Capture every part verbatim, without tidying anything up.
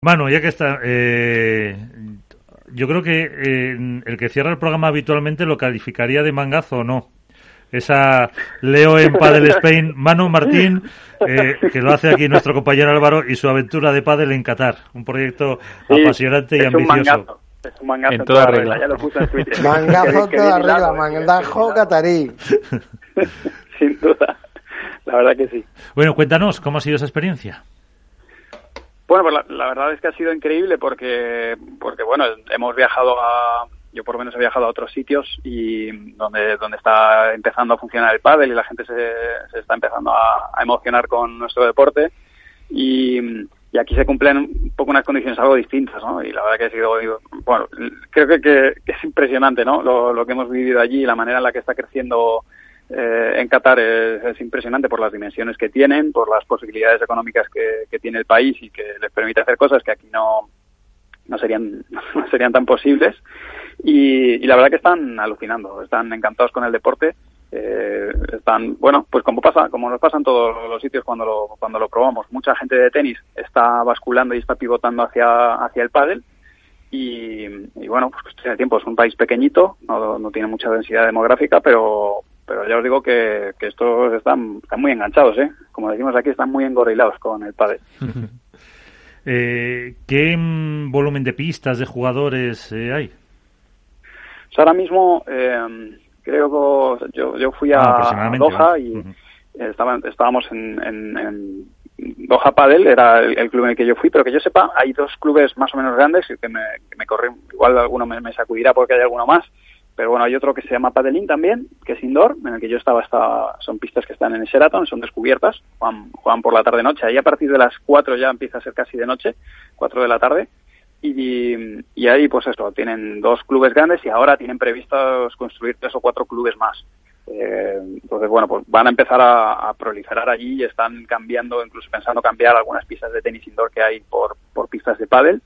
Manu, ya que está, eh, yo creo que eh, el que cierra el programa habitualmente lo calificaría de mangazo o no. Esa Leo en Padel Spain, Manu Martín, eh, que lo hace aquí nuestro compañero Álvaro, y su aventura de pádel en Qatar. Un proyecto sí, apasionante y ambicioso. Mangazo. Es un mangazo en toda regla. regla, ya lo puse en Twitter. Mangazo en toda regla, mangajo catarí. Sin duda, la verdad que sí. Bueno, cuéntanos, ¿cómo ha sido esa experiencia? Bueno, pues la, la verdad es que ha sido increíble porque, porque bueno, hemos viajado a, yo por lo menos he viajado a otros sitios y donde, donde está empezando a funcionar el pádel y la gente se, se está empezando a, a emocionar con nuestro deporte y, y aquí se cumplen un poco unas condiciones algo distintas, ¿no? Y la verdad que ha sido, bueno, creo que, que, que es impresionante, ¿no? Lo, lo que hemos vivido allí, la manera en la que está creciendo Eh, en Qatar es, es impresionante por las dimensiones que tienen, por las posibilidades económicas que, que tiene el país y que les permite hacer cosas que aquí no no serían no serían tan posibles y, y la verdad que están alucinando, están encantados con el deporte, eh, están, bueno, pues como pasa, como nos pasa en todos los sitios cuando lo cuando lo probamos, mucha gente de tenis está basculando y está pivotando hacia hacia el pádel. Y, y bueno, pues tiene tiempo, es un país pequeñito, no, no tiene mucha densidad demográfica, pero pero ya os digo que, que estos están, están muy enganchados, ¿eh? Como decimos aquí, están muy engorrilados con el pádel. eh, ¿Qué mm, volumen de pistas, de jugadores eh, hay? Pues ahora mismo, eh, creo que yo, yo fui a ah, Doha y uh-huh. estaba, estábamos en, en, en Doha Padel, era el, el club en el que yo fui, pero que yo sepa, hay dos clubes más o menos grandes que me, que me corren, igual alguno me, me sacudirá porque hay alguno más, pero bueno, hay otro que se llama Padelín también, que es indoor, en el que yo estaba, está, son pistas que están en el Sheraton, son descubiertas, juegan, juegan por la tarde-noche, ahí a partir de las cuatro ya empieza a ser casi de noche, cuatro de la tarde, y, y ahí pues eso, tienen dos clubes grandes y ahora tienen previstos construir tres o cuatro clubes más. Eh, entonces, bueno, pues van a empezar a, a proliferar allí y están cambiando, incluso pensando cambiar algunas pistas de tenis indoor que hay por, por pistas de pádel.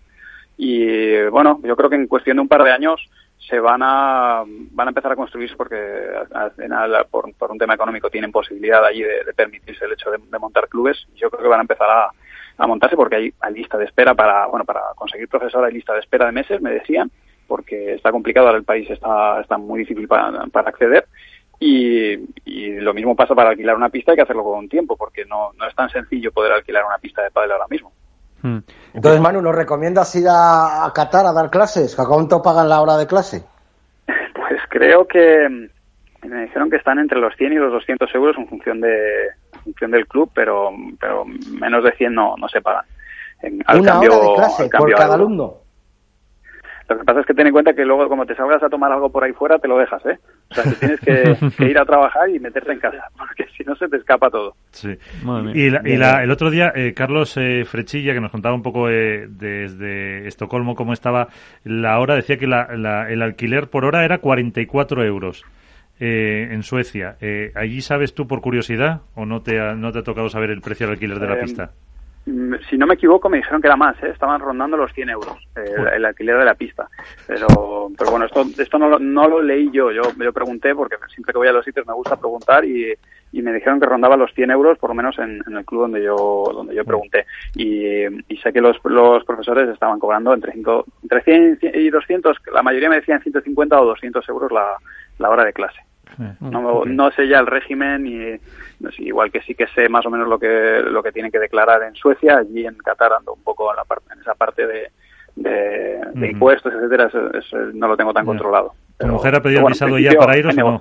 Y bueno, yo creo que en cuestión de un par de años se van a van a empezar a construirse porque al final por, por un tema económico tienen posibilidad allí de, de permitirse el hecho de, de montar clubes. Yo creo que van a empezar a, a montarse porque hay, hay lista de espera para bueno para conseguir profesor, hay lista de espera de meses, me decían, porque está complicado, ahora el país está está muy difícil para, para acceder. Y, y lo mismo pasa para alquilar una pista, hay que hacerlo con tiempo porque no, no es tan sencillo poder alquilar una pista de pádel ahora mismo. Entonces, Manu, ¿nos recomiendas ir a, a Qatar a dar clases? ¿A cuánto pagan la hora de clase? Pues creo que me dijeron que están entre los cien y los doscientos euros en función de en función del club, pero pero menos de cien no no se pagan. En, al Una cambio, hora de clase por cada alumno. Lo que pasa es que ten en cuenta que luego, como te salgas a tomar algo por ahí fuera, te lo dejas, ¿eh? O sea, que tienes que, que ir a trabajar y meterte en casa, porque si no se te escapa todo. Sí. Y, la, y la, el otro día, eh, Carlos eh, Frechilla, que nos contaba un poco eh, desde Estocolmo cómo estaba la hora, decía que la, la, el alquiler por hora era cuarenta y cuatro euros eh, en Suecia. Eh, ¿Allí sabes tú, por curiosidad, o no te ha, no te ha tocado saber el precio del alquiler de la eh, pista? Si no me equivoco, me dijeron que era más, ¿eh? Estaban rondando los cien euros eh, el, el alquiler de la pista. Pero pero bueno, esto esto no lo, no lo leí yo. yo. Yo pregunté, porque siempre que voy a los sitios me gusta preguntar, y, y me dijeron que rondaba los cien euros, por lo menos en, en el club donde yo donde yo pregunté. Y, y sé que los los profesores estaban cobrando entre, cinco, entre cien y doscientos, la mayoría me decían ciento cincuenta o doscientos euros la, la hora de clase. No, okay. no sé ya el régimen y no sé, igual que sí que sé más o menos lo que lo que tienen que declarar en Suecia. Allí en Qatar ando un poco en la parte en esa parte de de, de uh-huh. impuestos, etcétera, eso, eso no lo tengo tan yeah. controlado. ¿Tu pero, mujer ha pedido bueno, el visado ya para iros o no?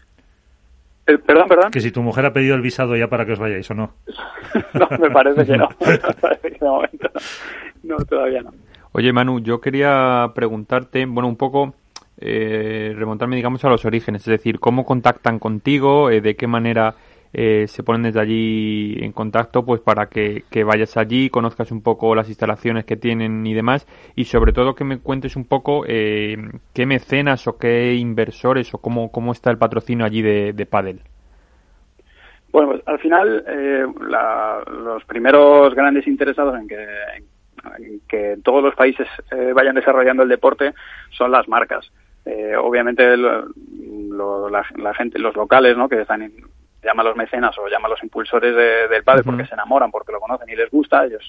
Eh, perdón, perdón. Que si tu mujer ha pedido el visado ya para que os vayáis o no. No, me parece que no. Me parece que de momento no. No, todavía no. Oye, Manu, yo quería preguntarte, bueno, un poco Eh, remontarme, digamos, a los orígenes, es decir, cómo contactan contigo, eh, de qué manera eh, se ponen desde allí en contacto, pues para que, que vayas allí, conozcas un poco las instalaciones que tienen y demás, y sobre todo que me cuentes un poco eh, qué mecenas o qué inversores o cómo, cómo está el patrocinio allí de, de pádel. Bueno, pues al final eh, la, los primeros grandes interesados en que en que todos los países eh, vayan desarrollando el deporte son las marcas. Eh, obviamente lo, lo, la, la gente, los locales, ¿no? Que están en, llama los mecenas o llama los impulsores de, del pádel, uh-huh. porque se enamoran, porque lo conocen y les gusta, ellos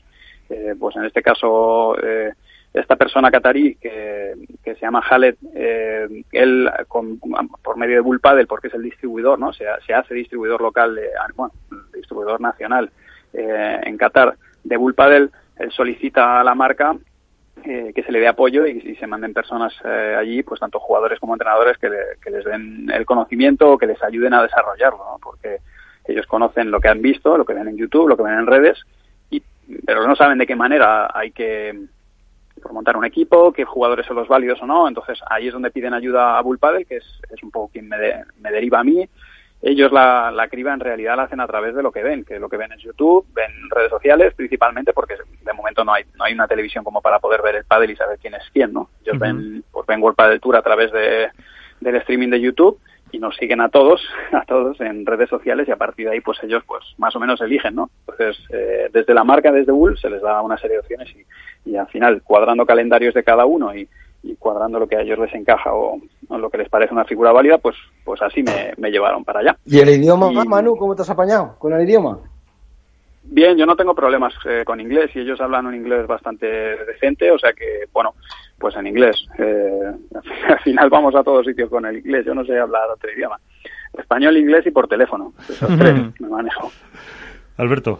Eh, pues en este caso, eh, esta persona catarí que, que se llama Khaled, eh, él con, por medio de Bull Paddle, porque es el distribuidor, ¿no? Se, se hace distribuidor local, de, bueno, distribuidor nacional eh, en Qatar de Bull Paddle, él solicita a la marca eh, que se le dé apoyo y, y se manden personas eh, allí, pues tanto jugadores como entrenadores que, le, que les den el conocimiento o que les ayuden a desarrollarlo, ¿no? Porque ellos conocen lo que han visto, lo que ven en YouTube, lo que ven en redes, y, pero no saben de qué manera hay que montar un equipo, qué jugadores son los válidos o no. Entonces ahí es donde piden ayuda a Bull Paddle, que es, es un poco quien me, de, me deriva a mí. Ellos la, la criba en realidad la hacen a través de lo que ven, que lo que ven en YouTube, ven redes sociales principalmente, porque de momento no hay no hay una televisión como para poder ver el pádel y saber quién es quién, ¿no? Ellos uh-huh. ven pues ven World Padel Tour a través de del streaming de YouTube y nos siguen a todos, a todos en redes sociales, y a partir de ahí pues ellos pues más o menos eligen, ¿no? Entonces eh, desde la marca, desde Bull, se les da una serie de opciones y, y al final cuadrando calendarios de cada uno y, y cuadrando lo que a ellos les encaja o, o lo que les parece una figura válida, pues pues así me, me llevaron para allá. ¿Y el idioma, y, Manu, cómo te has apañado con el idioma? Bien, yo no tengo problemas eh, con inglés y ellos hablan un inglés bastante decente, o sea que, bueno, pues en inglés. Eh, al final vamos a todos sitios con el inglés, yo no sé hablar otro idioma. Español, inglés y por teléfono, esos tres me manejo. Alberto.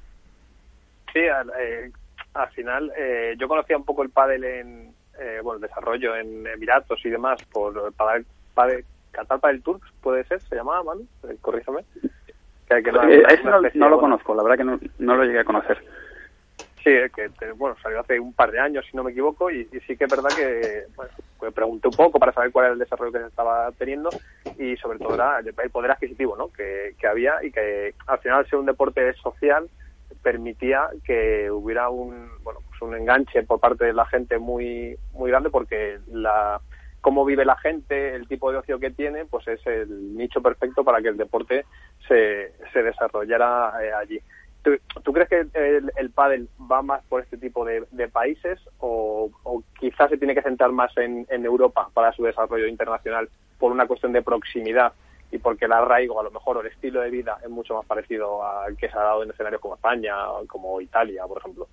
Sí, al, eh, al final eh, yo conocía un poco el pádel en, eh, bueno, el desarrollo en Emiratos y demás por Padel, Padel, Qatar Padel Tour, puede ser, se llamaba, Manu, eh, corríjame. Que, que no, eh, ese no, especie, no lo bueno, conozco, la verdad que no, no lo llegué a conocer. Sí, que bueno, salió hace un par de años, si no me equivoco, y, y sí que es verdad que bueno, pues pregunté un poco para saber cuál era el desarrollo que se estaba teniendo y sobre todo era el poder adquisitivo, ¿no? que, que había, y que al final, al ser un deporte social, permitía que hubiera un bueno pues un enganche por parte de la gente muy muy grande, porque la cómo vive la gente, el tipo de ocio que tiene, pues es el nicho perfecto para que el deporte se, se desarrollara eh, allí. ¿Tú, ¿Tú crees que el, el pádel va más por este tipo de, de países o, o quizás se tiene que centrar más en, en Europa para su desarrollo internacional por una cuestión de proximidad y porque el arraigo, a lo mejor, o el estilo de vida es mucho más parecido al que se ha dado en escenarios como España, como Italia, por ejemplo?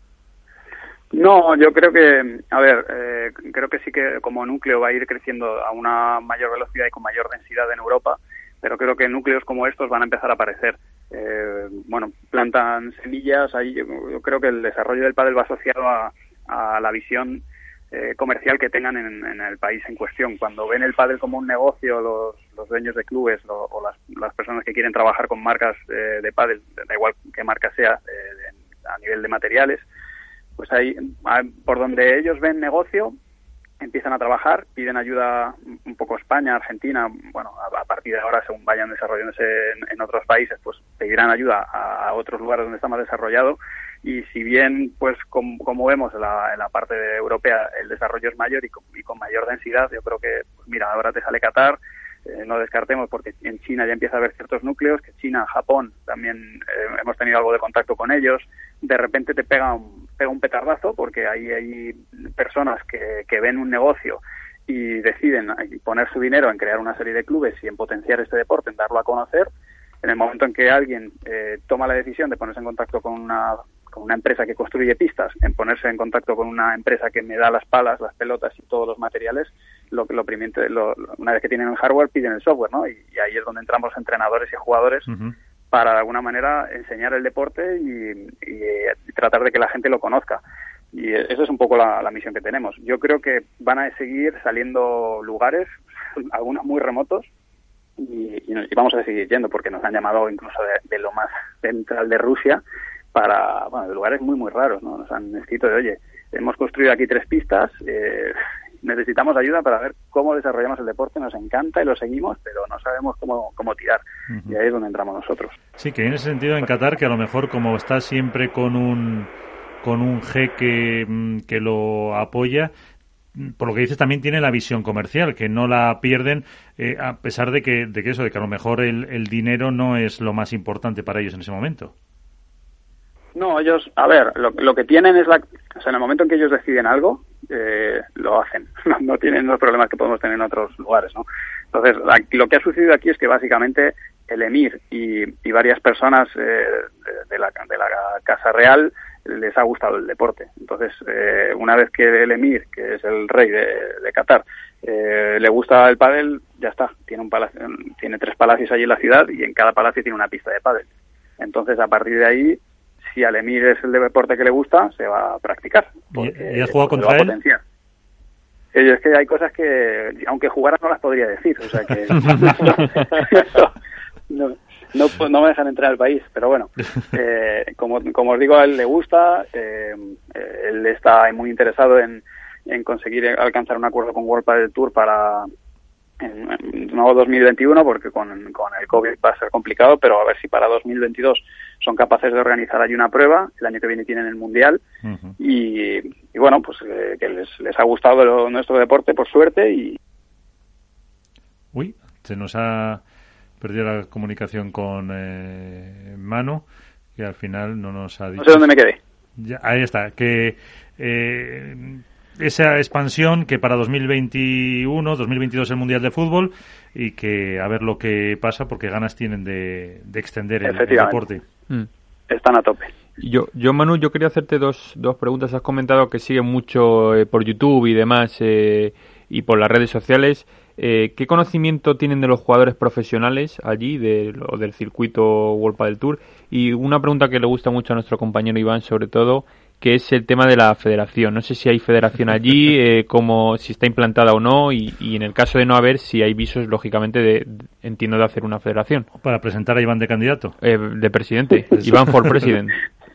No, yo creo que, a ver, eh, creo que sí que como núcleo va a ir creciendo a una mayor velocidad y con mayor densidad en Europa, pero creo que núcleos como estos van a empezar a aparecer. Eh, bueno, plantan semillas, ahí yo, yo creo que el desarrollo del pádel va asociado a, a la visión eh, comercial que tengan en, en el país en cuestión. Cuando ven el pádel como un negocio, los, los dueños de clubes lo, o las, las personas que quieren trabajar con marcas eh, de pádel, da igual qué marca sea, eh, de, a nivel de materiales, pues ahí, por donde ellos ven negocio, empiezan a trabajar, piden ayuda un poco a España, Argentina, bueno, a, a partir de ahora, según vayan desarrollándose en, en otros países, pues pedirán ayuda a, a otros lugares donde está más desarrollado, y si bien, pues como, como vemos en la, en la parte de europea, el desarrollo es mayor y con, y con mayor densidad, yo creo que, pues mira, ahora te sale Qatar, eh, no descartemos porque en China ya empieza a haber ciertos núcleos, que China, Japón, también eh, hemos tenido algo de contacto con ellos, de repente te pega un, pega un petardazo porque ahí hay personas que, que ven un negocio y deciden poner su dinero en crear una serie de clubes y en potenciar este deporte, en darlo a conocer. En el momento en que alguien eh, toma la decisión de ponerse en contacto con una, con una empresa que construye pistas, en ponerse en contacto con una empresa que me da las palas, las pelotas y todos los materiales, lo que lo, lo, una vez que tienen el hardware piden el software, ¿no? Y, y ahí es donde entramos entrenadores y jugadores uh-huh. para de alguna manera enseñar el deporte y, y, y tratar de que la gente lo conozca. Y esa es un poco la, la misión que tenemos. Yo creo que van a seguir saliendo lugares, algunos muy remotos, y, y, y vamos a seguir yendo porque nos han llamado incluso de, de lo más central de Rusia para, bueno, de lugares muy, muy raros, ¿no? Nos han escrito de, oye, hemos construido aquí tres pistas, eh, necesitamos ayuda para ver cómo desarrollamos el deporte, nos encanta y lo seguimos, pero no sabemos cómo, cómo tirar. Uh-huh. Y ahí es donde entramos nosotros. Sí, que en ese sentido en Qatar, que a lo mejor como está siempre con un con un jeque que lo apoya, por lo que dices también tiene la visión comercial, que no la pierden, eh, a pesar de que, de que eso, de que a lo mejor el, el dinero no es lo más importante para ellos en ese momento. No, ellos, a ver, lo, lo que tienen es la, o sea, en el momento en que ellos deciden algo, eh, lo hacen. No, no tienen los problemas que podemos tener en otros lugares, ¿no? Entonces, la, lo que ha sucedido aquí es que básicamente el emir y, y varias personas eh, de, la, de la Casa Real les ha gustado el deporte. Entonces, eh, una vez que el emir, que es el rey de, de Qatar, eh, le gusta el pádel, ya está. Tiene un palacio, tiene tres palacios allí en la ciudad y en cada palacio tiene una pista de pádel. Entonces, a partir de ahí, si al emir es el deporte que le gusta, se va a practicar. ¿Y, ¿y has jugado contra él? Potenciar. Es que hay cosas que, aunque jugara, no las podría decir. O sea que no, no, no me dejan entrar al país. Pero bueno, eh, como, como os digo, a él le gusta. Eh, él está muy interesado en, en conseguir alcanzar un acuerdo con World Padel Tour para en, en nuevo dos mil veintiuno, porque con, con el COVID va a ser complicado, pero a ver si para dos mil veintidós son capaces de organizar allí una prueba. El año que viene tienen el Mundial. Uh-huh. y, y bueno, pues eh, que les, les ha gustado lo, nuestro deporte, por suerte. y Uy, se nos ha perdido la comunicación con eh, Manu, que al final no nos ha dicho... No sé dónde me quedé. Ya, ahí está, que... Eh, esa expansión que para dos mil veintiuno, dos mil veintidós el Mundial de Fútbol, y que a ver lo que pasa, porque ganas tienen de, de extender el, el deporte. Mm. Están a tope. Yo, yo Manu, yo quería hacerte dos, dos preguntas. Has comentado que siguen mucho eh, por YouTube y demás eh, y por las redes sociales. Eh, ¿Qué conocimiento tienen de los jugadores profesionales allí, de, o del circuito World Padel Tour? Y una pregunta que le gusta mucho a nuestro compañero Iván, sobre todo, que es el tema de la federación. No sé si hay federación allí, eh, como si está implantada o no, y, y en el caso de no haber, si hay visos, lógicamente, de, de, entiendo, de hacer una federación. Para presentar a Iván de candidato. Eh, de presidente. Iván for president.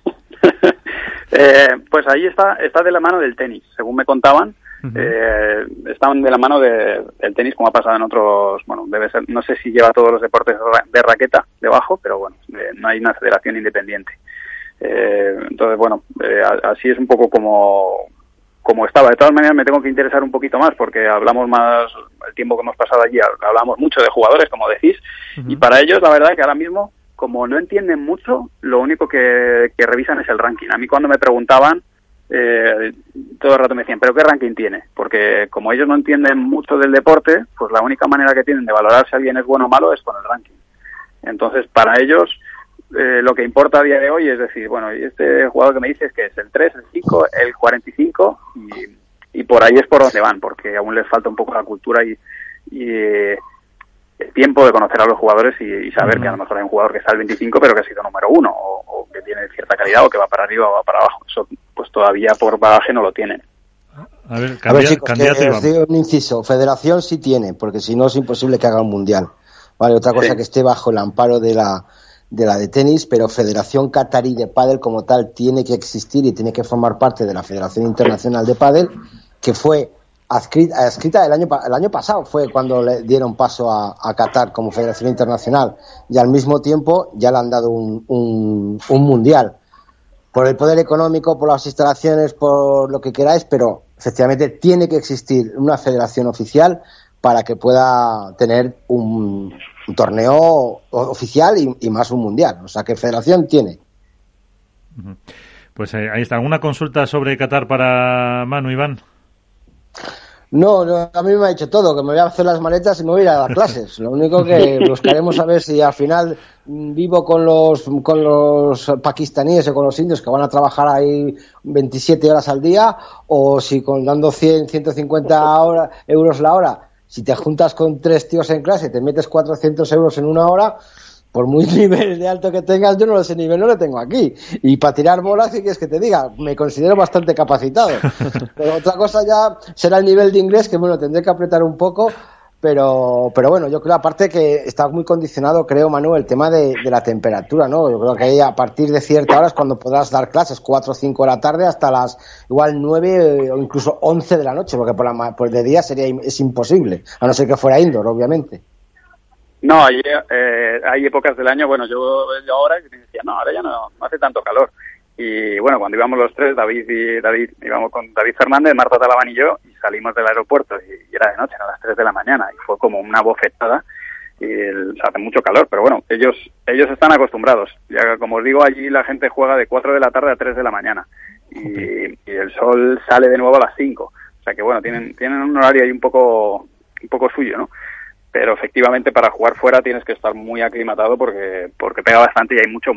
eh, pues ahí está, está de la mano del tenis, según me contaban. Uh-huh. Eh, estaban de la mano de, del tenis, como ha pasado en otros, bueno, debe ser, no sé si lleva todos los deportes de raqueta debajo, pero bueno, eh, no hay una federación independiente. Eh, entonces, bueno, eh, así es un poco como, como estaba. De todas maneras, me tengo que interesar un poquito más, porque hablamos más, el tiempo que hemos pasado allí, hablamos mucho de jugadores, como decís, uh-huh. y para ellos, la verdad es que ahora mismo, como no entienden mucho, lo único que, que revisan es el ranking. A mí cuando me preguntaban, eh, todo el rato me decían, ¿pero qué ranking tiene? Porque como ellos no entienden mucho del deporte, pues la única manera que tienen de valorar si alguien es bueno o malo es con el ranking. Entonces, para ellos... Eh, lo que importa a día de hoy es decir, bueno, y este jugador que me dices que es el tres, el cinco, el cuarenta y cinco, y, y por ahí es por donde van, porque aún les falta un poco la cultura y, y eh, el tiempo de conocer a los jugadores y, y saber uh-huh. que a lo mejor hay un jugador que está al veinticinco pero que ha sido número uno, o, o que tiene cierta calidad, o que va para arriba o va para abajo. Eso pues todavía por bagaje no lo tienen. A ver, cambia, a ver chicos, candidato que, os digo un inciso, federación sí tiene, porque si no es imposible que haga un mundial. Vale, otra cosa sí. que esté bajo el amparo de la de la de tenis, pero Federación Qatarí de Pádel como tal tiene que existir y tiene que formar parte de la Federación Internacional de Pádel, que fue adscrita, adscrita el año el año pasado, fue cuando le dieron paso a, a Qatar como Federación Internacional, y al mismo tiempo ya le han dado un, un, un mundial. Por el poder económico, por las instalaciones, por lo que queráis, pero efectivamente tiene que existir una federación oficial para que pueda tener un, un torneo oficial y, y más un mundial. O sea que federación tiene. Pues eh, ahí está. ¿Alguna consulta sobre Qatar para Manu, Iván? No, no, a mí me ha dicho todo, que me voy a hacer las maletas y me voy a ir a dar clases. Lo único que buscaremos a ver si al final vivo con los con los pakistaníes o con los indios que van a trabajar ahí veintisiete horas al día, o si con dando cien, ciento cincuenta hora, euros la hora, si te juntas con tres tíos en clase y te metes cuatrocientos euros en una hora, por muy nivel de alto que tengas, yo no ese nivel no lo tengo aquí. Y para tirar bolas, ¿qué quieres que te diga? Me considero bastante capacitado. Pero otra cosa ya será el nivel de inglés, que bueno, tendré que apretar un poco, pero pero bueno, yo creo aparte que está muy condicionado, creo, Manu, el tema de, de la temperatura, ¿no? Yo creo que ahí a partir de cierta hora es cuando podrás dar clases, cuatro o cinco de la tarde hasta las igual nueve o incluso once de la noche, porque por la por de día sería es imposible, a no ser que fuera indoor, obviamente. No, hay, eh, hay épocas del año, bueno, yo, yo ahora decía, no, ahora ya no, no hace tanto calor. Y bueno, cuando íbamos los tres, David y David, íbamos con David Fernández, Marta Talabán y yo, y salimos del aeropuerto y, y era de noche, eran las tres de la mañana, y fue como una bofetada, y el, hace mucho calor, pero bueno, ellos ellos están acostumbrados. Ya como os digo, allí la gente juega de cuatro de la tarde a tres de la mañana, y, y el sol sale de nuevo a las cinco. O sea que bueno, tienen tienen un horario ahí un poco un poco suyo, ¿no? Pero efectivamente para jugar fuera tienes que estar muy aclimatado porque porque pega bastante y hay mucha humedad.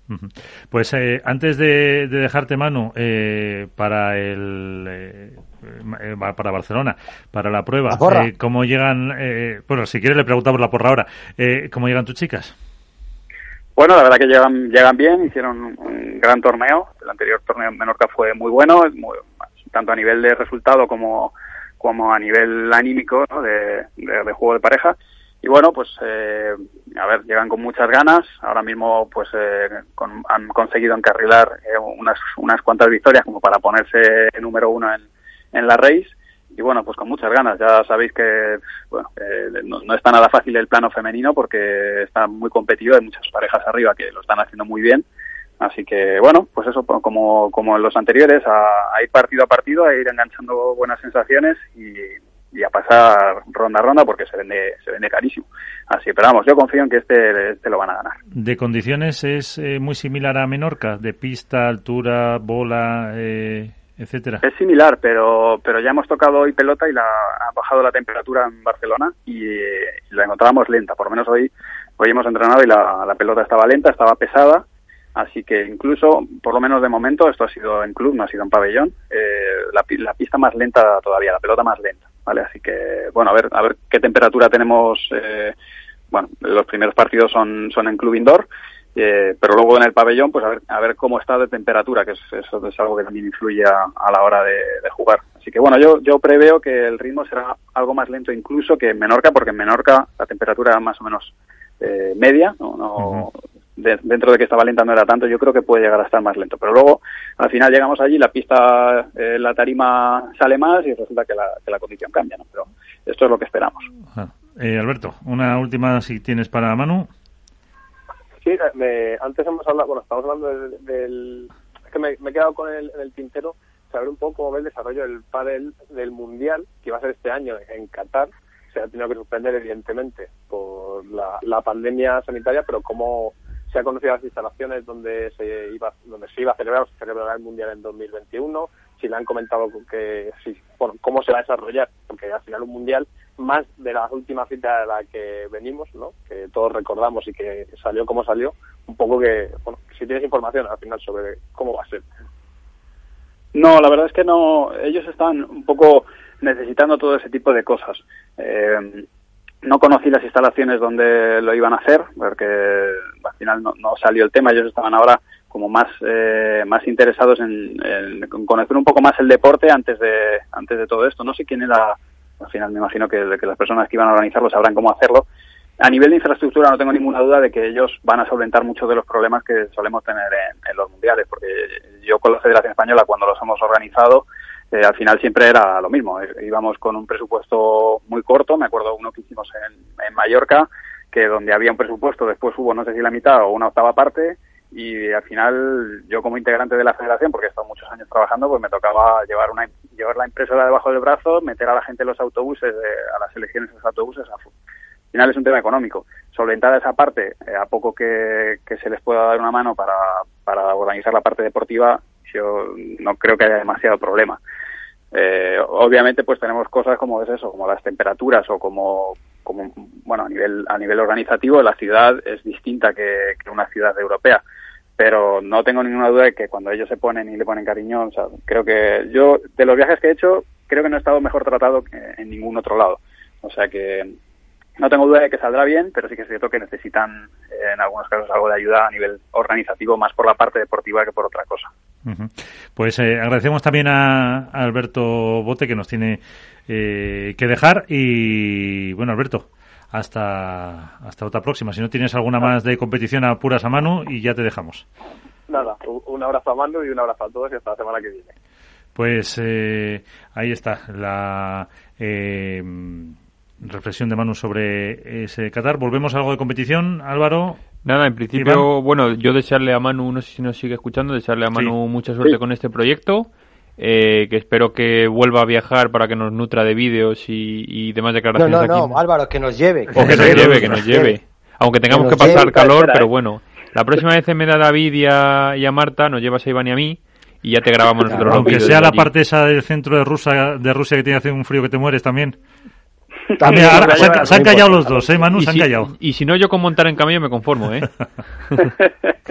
Pues eh, antes de, de dejarte, Manu, eh, para el eh, para Barcelona, para la prueba, la porra. eh, ¿cómo llegan? Eh, bueno, si quieres le preguntamos la porra ahora. Eh, ¿Cómo llegan tus chicas? Bueno, la verdad que llegan llegan bien, hicieron un, un gran torneo. El anterior torneo en Menorca fue muy bueno, muy, tanto a nivel de resultado como como a nivel anímico, ¿no? de, de, de juego de pareja. Y bueno, pues eh, a ver, llegan con muchas ganas. Ahora mismo pues eh, con, han conseguido encarrilar eh, unas unas cuantas victorias como para ponerse número uno en, en la race. Y bueno, pues con muchas ganas. Ya sabéis que bueno eh, no, no está nada fácil el plano femenino porque está muy competido. Hay muchas parejas arriba que lo están haciendo muy bien. Así que bueno, pues eso, como como en los anteriores, a, a ir partido a partido, a ir enganchando buenas sensaciones y y a pasar ronda a ronda porque se vende se vende carísimo. Así, pero vamos, yo confío en que este, este lo van a ganar. ¿De condiciones es eh, muy similar a Menorca? ¿De pista, altura, bola, eh, etcétera? Es similar, pero pero ya hemos tocado hoy pelota y la ha bajado la temperatura en Barcelona y, eh, y la encontrábamos lenta. Por lo menos hoy hoy hemos entrenado y la, la pelota estaba lenta, estaba pesada. Así que incluso, por lo menos de momento, esto ha sido en club, no ha sido en pabellón, eh, la, la pista más lenta todavía, la pelota más lenta, ¿vale? Así que, bueno, a ver a ver qué temperatura tenemos. Eh, bueno, los primeros partidos son son en club indoor, eh, pero luego en el pabellón, pues a ver a ver cómo está de temperatura, que es, eso es algo que también influye a, a la hora de, de jugar. Así que, bueno, yo yo preveo que el ritmo será algo más lento incluso que en Menorca, porque en Menorca la temperatura era más o menos eh, media, no... no uh-huh. De, dentro de que estaba lenta no era tanto, yo creo que puede llegar a estar más lento, pero luego al final llegamos allí, la pista, eh, la tarima sale más y resulta que la, que la condición cambia, ¿no? Pero esto es lo que esperamos. Ah. Eh, Alberto, una última si tienes para Manu. Sí, me, antes hemos hablado, bueno, estamos hablando del, del es que me, me he quedado con el, en el tintero, saber un poco cómo ve el desarrollo del pádel del Mundial, que va a ser este año en Qatar. Se ha tenido que suspender evidentemente por la, la pandemia sanitaria, pero cómo se ha conocido las instalaciones donde se iba donde se iba a celebrar, se celebrará el Mundial en dos mil veintiuno, si le han comentado que si, bueno, cómo se va a desarrollar, porque al final un Mundial más de la última cita de la que venimos, ¿no? Que todos recordamos y que salió como salió, un poco que, bueno, si tienes información al final sobre cómo va a ser. No, la verdad es que no, ellos están un poco necesitando todo ese tipo de cosas. Eh, No conocí las instalaciones donde lo iban a hacer, porque al final no, no salió el tema. Ellos estaban ahora como más eh, más interesados en, en conocer un poco más el deporte antes de antes de todo esto. No sé quién era, al final me imagino que, que las personas que iban a organizarlo sabrán cómo hacerlo. A nivel de infraestructura no tengo ninguna duda de que ellos van a solventar muchos de los problemas que solemos tener en, en los mundiales, porque yo con la Federación Española, cuando los hemos organizado, Eh, al final siempre era lo mismo. Eh, íbamos con un presupuesto muy corto. Me acuerdo uno que hicimos en, en Mallorca, que donde había un presupuesto, después hubo no sé si la mitad o una octava parte, y al final yo como integrante de la federación, porque he estado muchos años trabajando, pues me tocaba llevar una llevar la impresora debajo del brazo, meter a la gente en los autobuses, eh, a las selecciones en los autobuses. Al final es un tema económico. Solventada esa parte, eh, a poco que, que se les pueda dar una mano para, para organizar la parte deportiva, yo no creo que haya demasiado problema. Eh, obviamente pues tenemos cosas como es eso, como las temperaturas o como, como bueno, a nivel a nivel organizativo la ciudad es distinta que, que una ciudad europea, pero no tengo ninguna duda de que cuando ellos se ponen y le ponen cariño, o sea, creo que yo de los viajes que he hecho creo que no he estado mejor tratado que en ningún otro lado, o sea que no tengo duda de que saldrá bien, pero sí que es cierto que necesitan eh, en algunos casos algo de ayuda a nivel organizativo, más por la parte deportiva que por otra cosa. Uh-huh. Pues eh, agradecemos también a, a Alberto Bote, que nos tiene eh, que dejar, y bueno, Alberto, hasta hasta otra próxima. Si no tienes alguna más de competición, apuras a Manu y ya te dejamos. Nada, un abrazo a Manu y un abrazo a todos y hasta la semana que viene. Pues eh, ahí está la eh, reflexión de Manu sobre ese Qatar. ¿Volvemos a algo de competición, Álvaro? Nada, en principio, Iván. Bueno, yo desearle a Manu, no sé si nos sigue escuchando, desearle a Manu sí. mucha suerte sí. con este proyecto, eh, que espero que vuelva a viajar para que nos nutra de vídeos y, y demás declaraciones. No, no, aquí. no, Álvaro, que nos lleve. Que, o que, que nos lleve, que nos lleve. Aunque tengamos que, que pasar lleve, calor, espera, pero eh. bueno. La próxima vez me da a David y a, y a Marta, nos llevas a Iván y a mí, y ya te grabamos claro, nosotros. Aunque sea la parte esa del centro de Rusia, de Rusia que tiene hace un frío que te mueres también. También, ahora, se, han, se han callado los dos, ¿eh, Manu? Se han si, callado. Y si no, yo con montar en camello me conformo, ¿eh?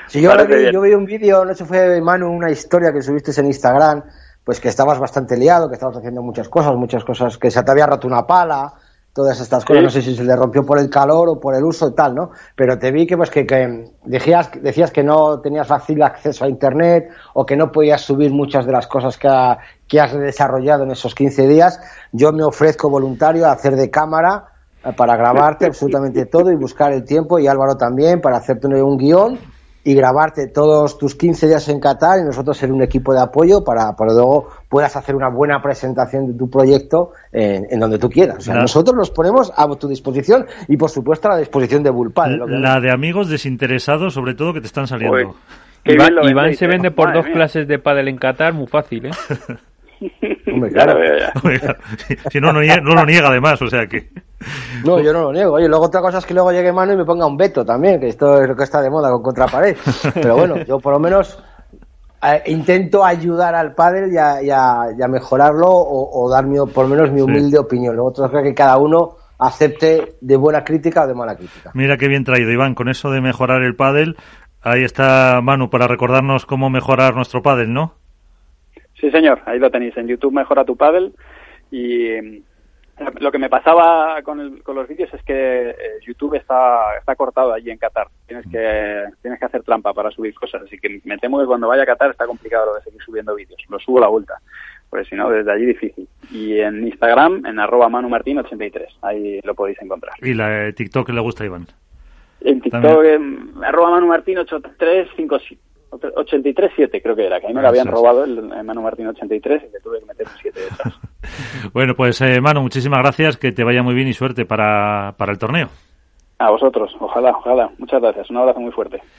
Si yo, vi, yo vi un vídeo, no sé, fue Manu, una historia que subiste en Instagram, pues que estabas bastante liado, que estabas haciendo muchas cosas, muchas cosas, que se te había roto una pala, todas estas cosas, sí. No sé si se le rompió por el calor o por el uso y tal, ¿no? Pero te vi que pues que, que decías, decías que no tenías fácil acceso a internet o que no podías subir muchas de las cosas que, ha, que has desarrollado en esos quince días. Yo me ofrezco voluntario a hacer de cámara para grabarte absolutamente todo y buscar el tiempo, y Álvaro también, para hacerte un guión y grabarte todos tus quince días en Qatar y nosotros ser un equipo de apoyo para, para luego puedas hacer una buena presentación de tu proyecto en, en donde tú quieras. O sea, claro. Nosotros nos ponemos a tu disposición y, por supuesto, a la disposición de Bullpad. La de amigos desinteresados, sobre todo, que te están saliendo. Uy, Iván, Iván se vende por Madre dos mía. clases de pádel en Qatar, muy fácil, ¿eh? Hombre, claro. Si, si no, no, niega, no lo niega además, o sea que... No, yo no lo niego. Oye, luego otra cosa es que luego llegue Manu y me ponga un veto también, que esto es lo que está de moda con Contrapared. Pero bueno, yo por lo menos eh, intento ayudar al pádel y a, y a, y a mejorarlo o, o dar mi, por lo menos mi humilde sí. opinión. Luego otro creo que cada uno acepte de buena crítica o de mala crítica. Mira qué bien traído, Iván, con eso de mejorar el pádel. Ahí está Manu para recordarnos cómo mejorar nuestro pádel, ¿no? Sí, señor, ahí lo tenéis, en YouTube Mejora tu Pádel. Y lo que me pasaba con, el, con los vídeos es que eh, YouTube está está cortado allí en Qatar. Tienes que tienes que hacer trampa para subir cosas, así que me temo que cuando vaya a Qatar está complicado lo de seguir subiendo vídeos. Lo subo a la vuelta, porque si no, desde allí difícil. Y en Instagram, en arroba Manu Martín ochenta y tres, ahí lo podéis encontrar. ¿Y la de TikTok le gusta a Iván? En TikTok, eh, arroba Manu Martín ochenta y tres cincuenta y siete. ochenta y tres siete creo que era, que a mí me lo habían robado el, el Manu Martín ochenta y tres y le tuve que meter un siete detrás. Bueno, pues eh, Manu, muchísimas gracias, que te vaya muy bien y suerte para, para el torneo. A vosotros, ojalá, ojalá. Muchas gracias, un abrazo muy fuerte.